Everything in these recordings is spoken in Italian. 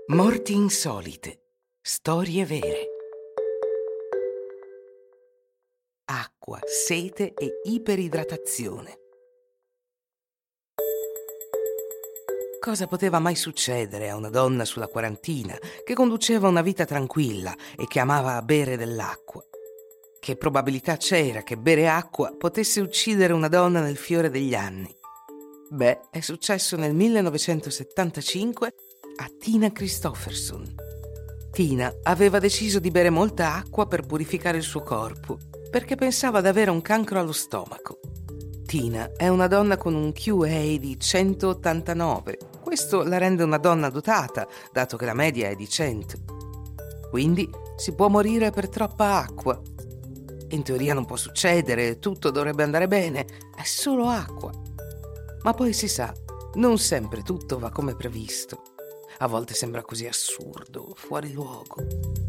Morti insolite. Storie vere. Acqua, sete e iperidratazione. Cosa poteva mai succedere a una donna sulla quarantina che conduceva una vita tranquilla e che amava bere dell'acqua? Che probabilità c'era che bere acqua potesse uccidere una donna nel fiore degli anni? Beh, è successo nel 1975 a Tina Kristofferson. Tina aveva deciso di bere molta acqua per purificare il suo corpo, perché pensava di avere un cancro allo stomaco. Tina è una donna con un QA di 189. Questo la rende una donna dotata, dato che la media è di 100. Quindi si può morire per troppa acqua. In teoria non può succedere, tutto dovrebbe andare bene, è solo acqua. Ma poi si sa, non sempre tutto va come previsto. A volte sembra così assurdo, fuori luogo.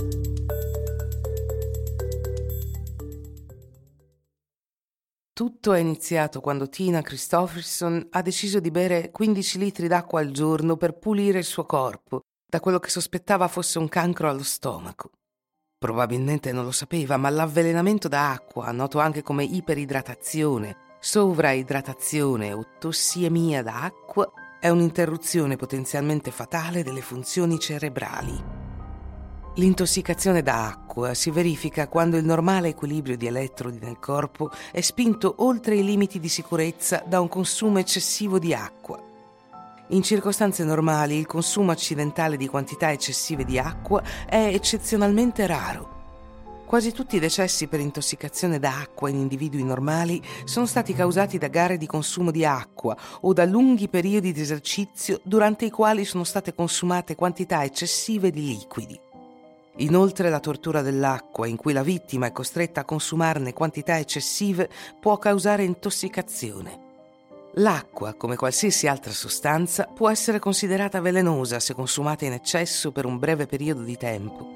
Tutto è iniziato quando Tina Kristofferson ha deciso di bere 15 litri d'acqua al giorno per pulire il suo corpo da quello che sospettava fosse un cancro allo stomaco. Probabilmente non lo sapeva, ma l'avvelenamento da acqua, noto anche come iperidratazione, sovraidratazione o tossiemia da acqua, è un'interruzione potenzialmente fatale delle funzioni cerebrali. L'intossicazione da acqua si verifica quando il normale equilibrio di elettrodi nel corpo è spinto oltre i limiti di sicurezza da un consumo eccessivo di acqua. In circostanze normali il consumo accidentale di quantità eccessive di acqua è eccezionalmente raro. Quasi tutti i decessi per intossicazione da acqua in individui normali sono stati causati da gare di consumo di acqua o da lunghi periodi di esercizio durante i quali sono state consumate quantità eccessive di liquidi. Inoltre la tortura dell'acqua, in cui la vittima è costretta a consumarne quantità eccessive, può causare intossicazione. L'acqua, come qualsiasi altra sostanza, può essere considerata velenosa se consumata in eccesso per un breve periodo di tempo.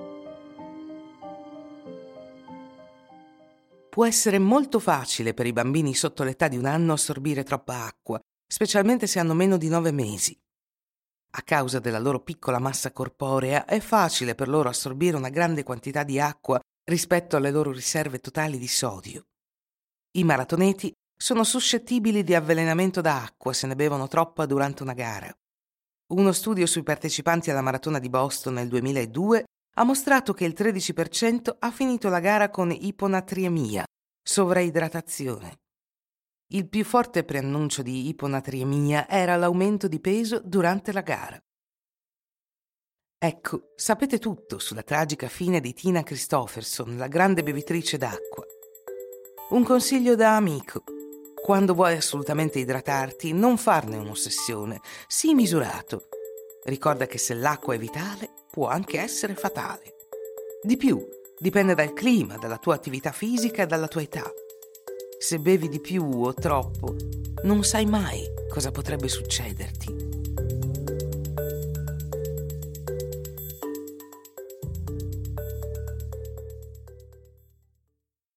Può essere molto facile per i bambini sotto l'età di 1 anno assorbire troppa acqua, specialmente se hanno meno di 9 mesi. A causa della loro piccola massa corporea è facile per loro assorbire una grande quantità di acqua rispetto alle loro riserve totali di sodio. I maratoneti sono suscettibili di avvelenamento da acqua se ne bevono troppa durante una gara. Uno studio sui partecipanti alla maratona di Boston nel 2002 ha mostrato che il 13% ha finito la gara con iponatriemia, sovraidratazione. Il più forte preannuncio di iponatriemia era l'aumento di peso durante la gara. Ecco, sapete tutto sulla tragica fine di Tina Kristofferson, la grande bevitrice d'acqua. Un consiglio da amico: quando vuoi assolutamente idratarti, non farne un'ossessione, sii misurato. Ricorda che se l'acqua è vitale, può anche essere fatale. Di più, dipende dal clima, dalla tua attività fisica e dalla tua età. Se bevi di più o troppo, non sai mai cosa potrebbe succederti.